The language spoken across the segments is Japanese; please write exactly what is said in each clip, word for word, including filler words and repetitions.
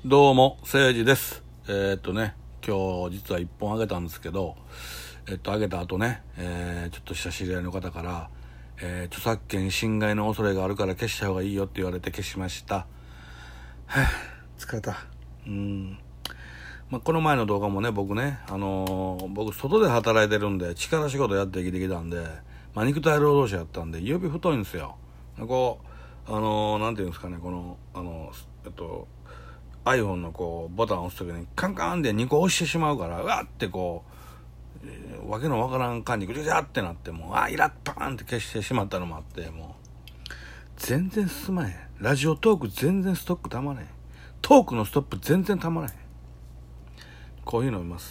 どうも、せいじです。えー、っとね、今日実はいっぽんあげたんですけど、えっと、あげた後ね、えー、ちょっとした知り合いの方から、えー、著作権侵害の恐れがあるから消した方がいいよって言われて消しました。はぁ、疲れた。うーん。まあ、この前の動画もね、僕ね、あのー、僕外で働いてるんで、力仕事やって生きてきたんで、まあ、肉体労働者やったんで、指太いんですよ。こう、あのー、なんていうんですかね、この、あの、えっと、iPhone のこうボタンを押すときにカンカンでにこ押してしまうから、うわってこう、えー、わけのわからん感じぐちゃぐちゃってなって、もうあイラッパーンって消してしまったのもあって、もう全然進まへん。ラジオトーク全然ストックたまらへん。トークのストップ全然たまらへん。コーヒー飲みます。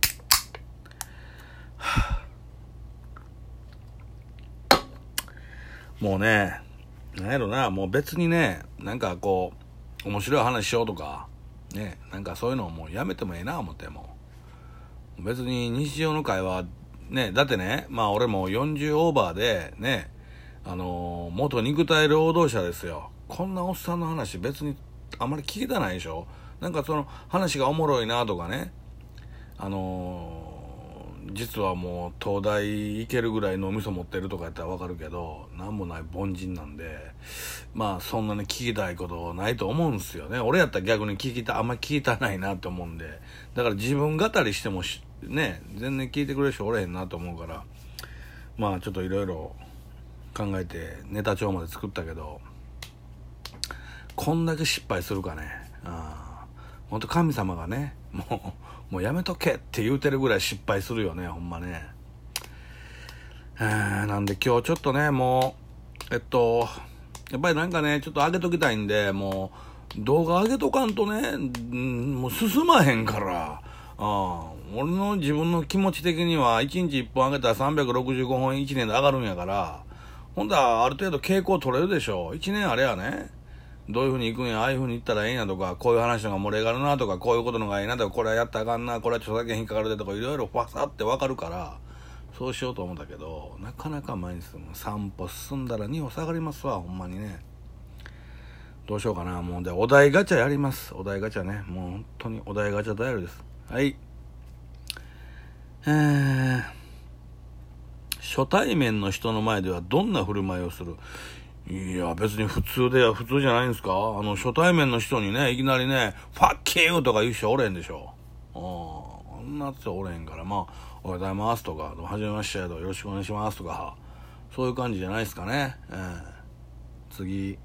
もうね、なんやろな、もう別にね、なんかこう面白い話しようとかね、なんかそういうのをもうやめてもええな思って、もう別に日常の会話ね、だってね、まあ俺もよんじゅうオーバーでね、あのー、元肉体労働者ですよ。こんなおっさんの話別にあんまり聞きたないでしょ。なんかその話がおもろいなとかね、あのー、実はもう東大行けるぐらい脳みそ持ってるとかやったらわかるけど、なんもない凡人なんで、まあそんなに聞きたいことないと思うんですよね。俺やったら逆に聞きたあんまり聞きたないなと思うんで、だから自分語りしてもね、全然聞いてくれる人おれへんなと思うから、まあちょっといろいろ考えてネタ帳まで作ったけど、こんだけ失敗するかね。あ、ほんと神様がね、もうもうやめとけって言うてるぐらい失敗するよね、ほんまね。えー、なんで今日ちょっとね、もうえっとやっぱりなんかね、ちょっと上げときたいんで、もう動画上げとかんとね、うん、もう進まへんから。あ、俺の自分の気持ち的にはいちにちいっぽん上げたらさんびゃくろくじゅうごほんいちねんで上がるんやから、ほんだらある程度傾向取れるでしょ。いちねんあれやね、どういう風に行くんや、ああいう風に行ったらええんやとか、こういう話のが盛り上がるなとか、こういうことのがええなとか、これはやったらあかんな、これは著作権引っかかるでとか、いろいろファサってわかるから、そうしようと思ったけど、なかなか前に進む。散歩進んだらに歩下がりますわ、ほんまにね。どうしようかな。もうでお題ガチャやります。お題ガチャね、もう本当にお題ガチャダイヤルです。はい。えー、初対面の人の前ではどんな振る舞いをする？いや別に普通では普通じゃないんですか。あの初対面の人にね、いきなりねファッキーとか言う人おれんでしょ。ああんな人おれんから、まあおはようございますとか、はじめましてとか、よろしくお願いしますとか、そういう感じじゃないですかね。えー、次、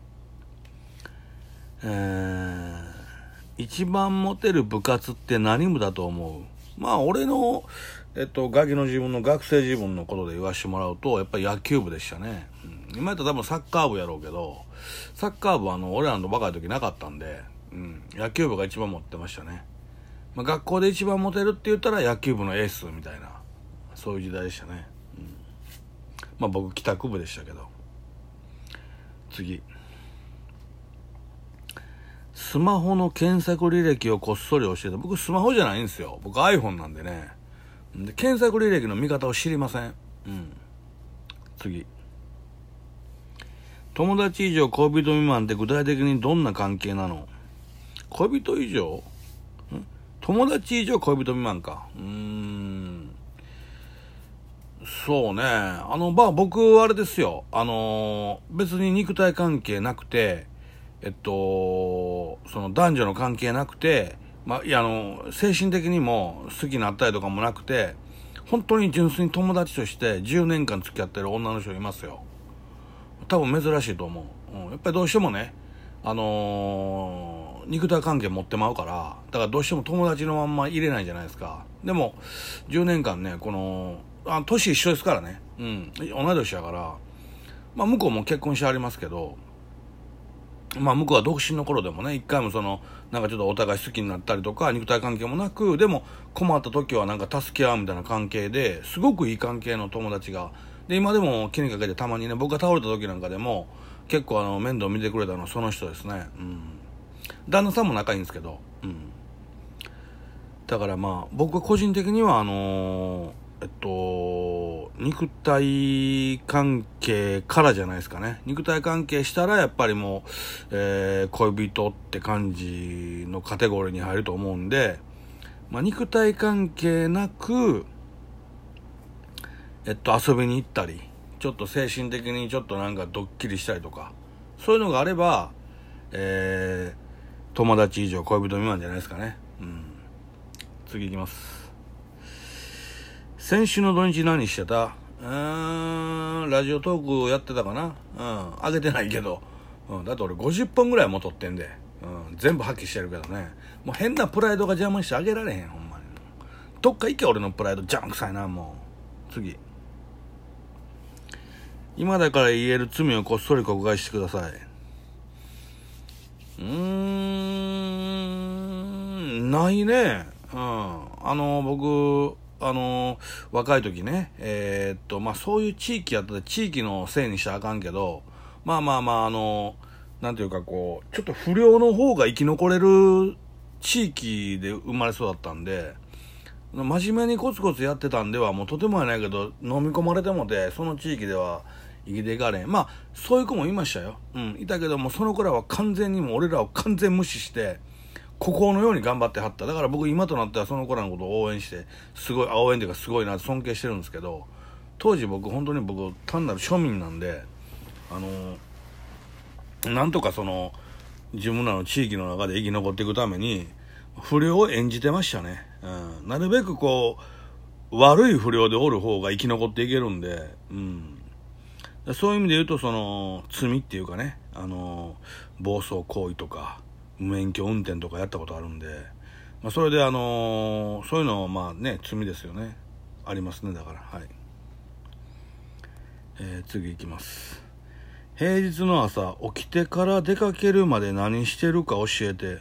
えー、一番モテる部活って何部だと思う？まあ俺のえっとガキの自分の学生自分のことで言わしてもらうと、やっぱり野球部でしたね。うん、今やったら多分サッカー部やろうけど、サッカー部はあの俺らの若い時なかったんで、うん、野球部が一番持ってましたね。まあ、学校で一番モテるって言ったら野球部のエースみたいな、そういう時代でしたね。うん、まあ僕帰宅部でしたけど。次、スマホの検索履歴をこっそり教えて。僕スマホじゃないんですよ。僕 iPhone なんでね。で検索履歴の見方を知りません。うん。次、友達以上恋人未満って具体的にどんな関係なの？恋人以上？ん友達以上恋人未満か。うーん。そうね。あの、まあ僕あれですよ。あのー、別に肉体関係なくて、えっと、その男女の関係なくて、まあ、いや、あの、精神的にも好きになったりとかもなくて、本当に純粋に友達としてじゅうねんかん付き合ってる女の人いますよ。多分珍しいと思う。うん、やっぱりどうしてもね、あのー、肉体関係持ってまうから、だからどうしても友達のまんま入れないじゃないですか。でも、じゅうねんかんね、この、あ、年一緒ですからね。うん、同い年やから、まあ向こうも結婚してありますけど、まあ向こうは独身の頃でもね、一回もその、なんかちょっとお互い好きになったりとか、肉体関係もなく、でも困った時はなんか助け合うみたいな関係で、すごくいい関係の友達が、で、今でも気にかけてたまにね、僕が倒れた時なんかでも、結構あの、面倒見てくれたのはその人ですね。うん。旦那さんも仲いいんですけど、うん。だからまあ、僕は個人的にはあのー、えっと、 肉体関係からじゃないですかね。肉体関係したらやっぱりもう、えー、恋人って感じのカテゴリーに入ると思うんで、まあ、肉体関係なく、えっと、遊びに行ったり、ちょっと精神的にちょっとなんかドッキリしたりとか、そういうのがあれば、えー、友達以上恋人未満じゃないですかね。うん。次行きます。先週の土日何してた？うーん、ラジオトークやってたかな。うん、上げてないけど、うん、だって俺ごじゅっぽんぐらいも撮ってんで、うん、全部破棄してるけどね。もう変なプライドが邪魔してあげられへん、ほんまに。どっか行け、俺のプライド邪魔くさいな。もう次、今だから言える罪をこっそり告白してください。うーん、ないね。うん、あの僕あの若い時ね、えー、っとまあそういう地域やったら地域のせいにしちゃあかんけど、まあまあまああのなんていうかこうちょっと不良の方が生き残れる地域で生まれそうだったんで、真面目にコツコツやってたんではもうとてもやないけど飲み込まれてもて、その地域では生きていかれん。まあそういう子もいましたよ。うん、いたけどもその子らは完全にも俺らを完全無視して孤高のように頑張ってはった。だから僕今となってはその子らのことを応援して、すごい応援というかすごいな尊敬してるんですけど、当時僕本当に僕単なる庶民なんで、あのなんとかその自分らの地域の中で生き残っていくために不良を演じてましたね。うん、なるべくこう悪い不良でおる方が生き残っていけるんで、うん、そういう意味で言うとその罪っていうかね、あの暴走行為とか無免許運転とかやったことあるんで、まあ、それであのー、そういうのはまあね罪ですよね。ありますね。だからはい、えー、次いきます。平日の朝起きてから出かけるまで何してるか教えて。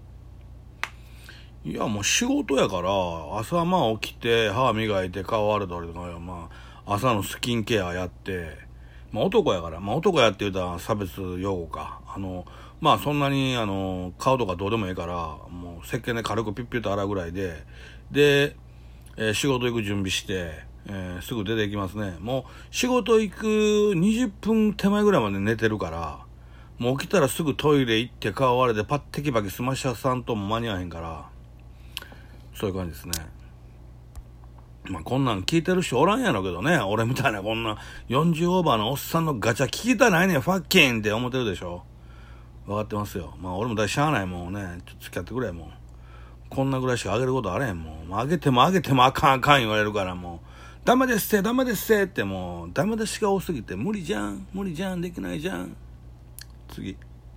いやもう仕事やから朝まあ起きて歯磨いて顔洗ったりとか、まあ朝のスキンケアやって、まあ男やから、まあ男やって言うたら差別用語か、あのまあそんなにあの顔とかどうでもいいからもう石鹸で軽くピュッピュッと洗うぐらいで、で、えー、仕事行く準備して、えー、すぐ出て行きますね。もう仕事行くにじゅっぷん手前ぐらいまで寝てるから、もう起きたらすぐトイレ行って顔洗ってパッテキパキ済ましゃさんとも間に合わへんから、そういう感じですね。まあこんなん聞いてる人おらんやろけどね、俺みたいなこんなよんじゅうオーバーのおっさんのガチャ聞きたないねんファッキンって思ってるでしょ。分かってますよ。まあ俺も大しゃあないもんね、ちょっと付き合ってくれ。もうこんなぐらいしかあげることあれへんもん。もうあげてもあげてもあかんあかん言われるから、もうダメですってダメですってって、もうダメ出しが多すぎて無理じゃん無理じゃんできないじゃん。次、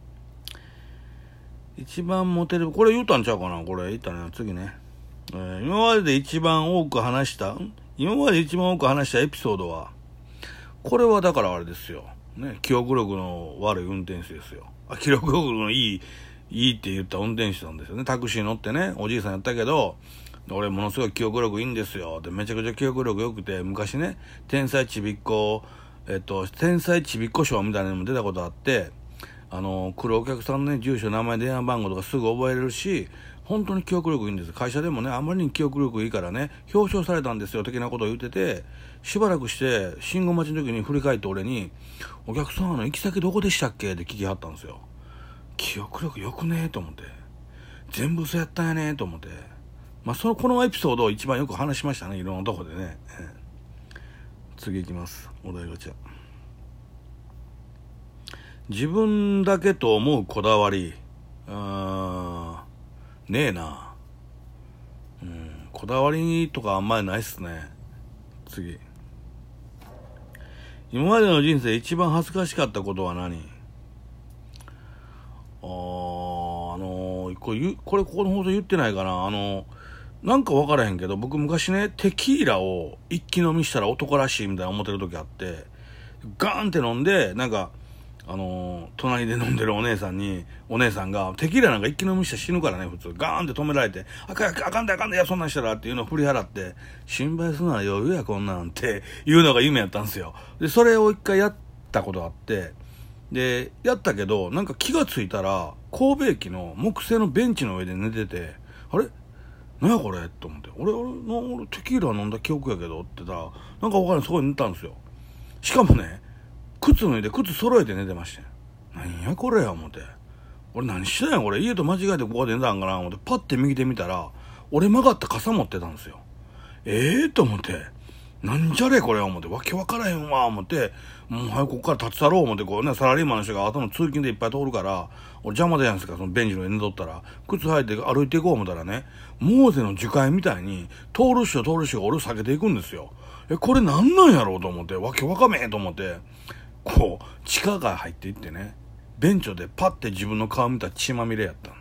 一番モテる、これ言うたんちゃうかな、これ言ったね。次ね、えー、今までで一番多く話した今まで一番多く話したエピソードは、これはだからあれですよね、記憶力の悪い運転手ですよ。あ、記憶力のいいいいって言った運転手なんですよね。タクシー乗ってね、おじいさんやったけど、俺ものすごい記憶力いいんですよで、めちゃくちゃ記憶力良くて、昔ね天才ちびっこえっと天才ちびっこ賞みたいなのも出たことあって、あの来るお客さんのね住所名前電話番号とかすぐ覚えれるし、本当に記憶力いいんです。会社でもねあまりに記憶力いいからね表彰されたんですよ的なことを言ってて、しばらくして信号待ちの時に振り返って俺に、お客さんあの行き先どこでしたっけって聞きはったんですよ。記憶力よくねえと思って、全部嘘やったんやねと思って、まあそのこのエピソードを一番よく話しましたね、いろんなとこでね。えー、次いきます。お題ガチャ。自分だけと思うこだわり、あーねえな、うん、こだわりとかあんまりないっすね。次、今までの人生一番恥ずかしかったことは何？あーあのー、これこれここの放送言ってないかな。あのー、なんか分からへんけど僕昔ねテキーラを一気飲みしたら男らしいみたいな思ってる時あって、ガーンって飲んで、なんかあのー、隣で飲んでるお姉さんに、お姉さんがテキーラなんか一気飲みしたら死ぬからね普通、ガーンって止められて、あかんあかんであかんでやそんなんしたらっていうのを振り払って、心配するなら余裕やこんなんっていうのが夢やったんですよ。でそれを一回やったことがあって、でやったけどなんか気がついたら神戸駅の木製のベンチの上で寝てて、あれ何やこれと思って、俺俺の俺テキーラ飲んだ記憶やけどって言ったら、なんか分からん、そこに寝たんですよ。しかもね、靴脱いで靴揃えて寝てまして、何やこれや思って、俺何してんやこれ、家と間違えてここで寝たんかな思って、パッて右手見たら俺曲がった傘持ってたんですよ。ええー、と思って、なんじゃれこれ思って、わけわからへんわ思って、もう早くここから立ち去ろう思って、こうね、サラリーマンの人が後の通勤でいっぱい通るから、俺邪魔でやんすか、そのベンチの上に寝とったら、靴履いて歩いていこう思ったらね、モーゼの樹海みたいに、通る人通る人が俺を避けていくんですよ。え、これなんなんやろうと思って、わけわかめへんと思って、こう、地下街入っていってね、ベンチでパッて自分の顔見たら血まみれやった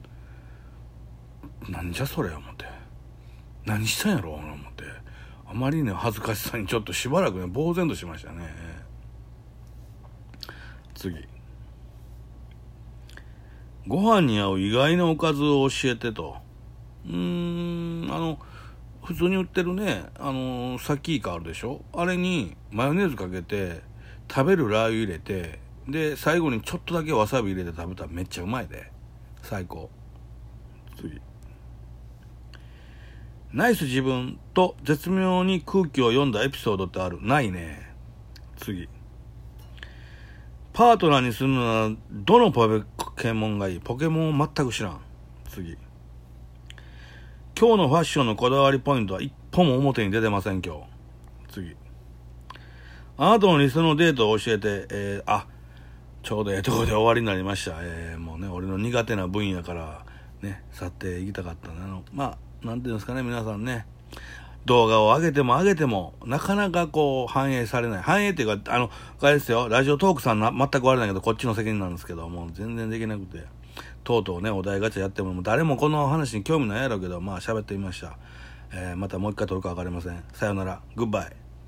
ん。なんじゃそれ思って。何したんやろ思って。あまりね、恥ずかしさにちょっとしばらくね、呆然としましたね。次。ご飯に合う意外なおかずを教えてと。うーん、あの、普通に売ってるね、あの、サキイカあるでしょ、あれにマヨネーズかけて、食べるラー油入れて、で、最後にちょっとだけわさび入れて食べたらめっちゃうまいで。最高。次。ナイス自分と絶妙に空気を読んだエピソードってある？ないね。次。パートナーにするのはどのポケモンがいい？ポケモンを全く知らん。次。今日のファッションのこだわりポイントは一歩も表に出てません今日。次。あなたの理想のデートを教えて、えー、あ、ちょうどええとこで終わりになりました。えー、もうね、俺の苦手な分野からね、去っていきたかったな。まあ、なんていうんですかね、皆さんね。動画を上げても上げても、なかなかこう、反映されない。反映っていうか、あの、あれですよ、ラジオトークさんな全く悪いんだけど、こっちの責任なんですけど、もう全然できなくて、とうとうね、お題ガチャやっても、誰もこの話に興味ないやろうけど、まあ喋ってみました。えー、またもう一回撮るか分かりません。さよなら。グッバイ。